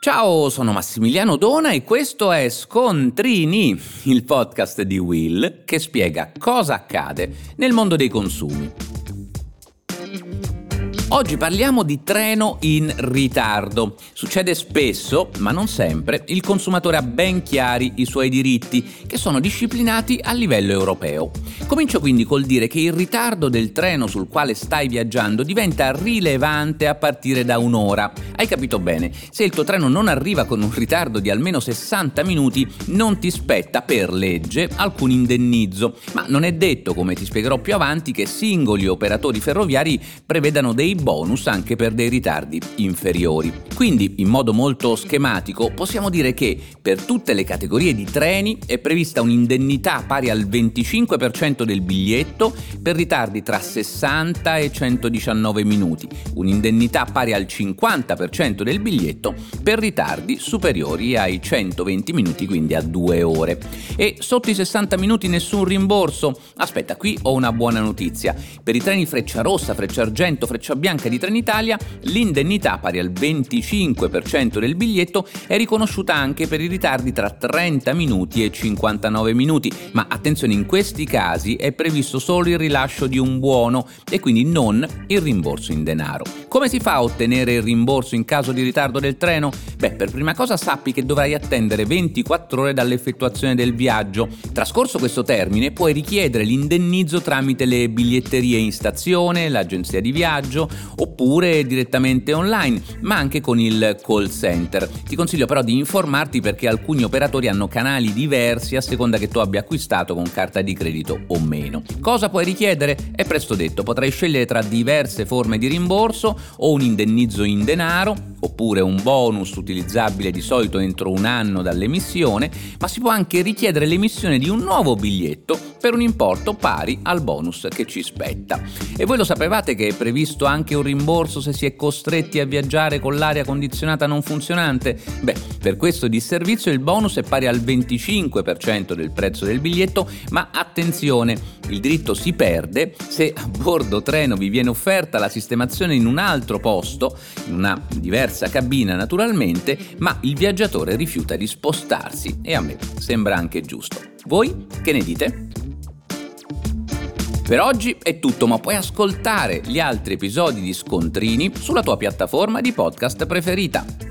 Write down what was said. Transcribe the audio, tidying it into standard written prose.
Ciao, sono Massimiliano Dona e questo è Scontrini, il podcast di Will che spiega cosa accade nel mondo dei consumi. Oggi parliamo di treno in ritardo. Succede spesso, ma non sempre, il consumatore ha ben chiari i suoi diritti, che sono disciplinati a livello europeo. Comincio quindi col dire che il ritardo del treno sul quale stai viaggiando diventa rilevante a partire da un'ora. Hai capito bene, se il tuo treno non arriva con un ritardo di almeno 60 minuti, non ti spetta per legge alcun indennizzo. Ma non è detto, come ti spiegherò più avanti, che singoli operatori ferroviari prevedano dei bonus anche per dei ritardi inferiori. Quindi, in modo molto schematico, possiamo dire che per tutte le categorie di treni è prevista un'indennità pari al 25% del biglietto per ritardi tra 60 e 119 minuti, un'indennità pari al 50% del biglietto per ritardi superiori ai 120 minuti, quindi a 2 ore. E sotto i 60 minuti nessun rimborso? Aspetta, qui ho una buona notizia. Per i treni Frecciarossa, Frecciargento, Frecciabianca di Trenitalia, l'indennità pari al 25% del biglietto è riconosciuta anche per i ritardi tra 30 minuti e 59 minuti, ma attenzione, in questi casi è previsto solo il rilascio di un buono e quindi non il rimborso in denaro. Come si fa a ottenere il rimborso in caso di ritardo del treno? Per prima cosa sappi che dovrai attendere 24 ore dall'effettuazione del viaggio. Trascorso questo termine puoi richiedere l'indennizzo tramite le biglietterie in stazione, l'agenzia di viaggio oppure direttamente online, ma anche con il call center. Ti consiglio però di informarti perché alcuni operatori hanno canali diversi a seconda che tu abbia acquistato con carta di credito o meno. Cosa puoi richiedere? È presto detto, potrai scegliere tra diverse forme di rimborso o un indennizzo in denaro oppure un bonus utilizzabile di solito entro un anno dall'emissione, ma si può anche richiedere l'emissione di un nuovo biglietto per un importo pari al bonus che ci spetta. E voi lo sapevate che è previsto anche un rimborso se si è costretti a viaggiare con l'aria condizionata non funzionante? Per questo disservizio il bonus è pari al 25% del prezzo del biglietto, ma attenzione, il diritto si perde se a bordo treno vi viene offerta la sistemazione in un altro posto, in una diversa cabina naturalmente, ma il viaggiatore rifiuta di spostarsi e a me sembra anche giusto. Voi che ne dite? Per oggi è tutto, ma puoi ascoltare gli altri episodi di Scontrini sulla tua piattaforma di podcast preferita.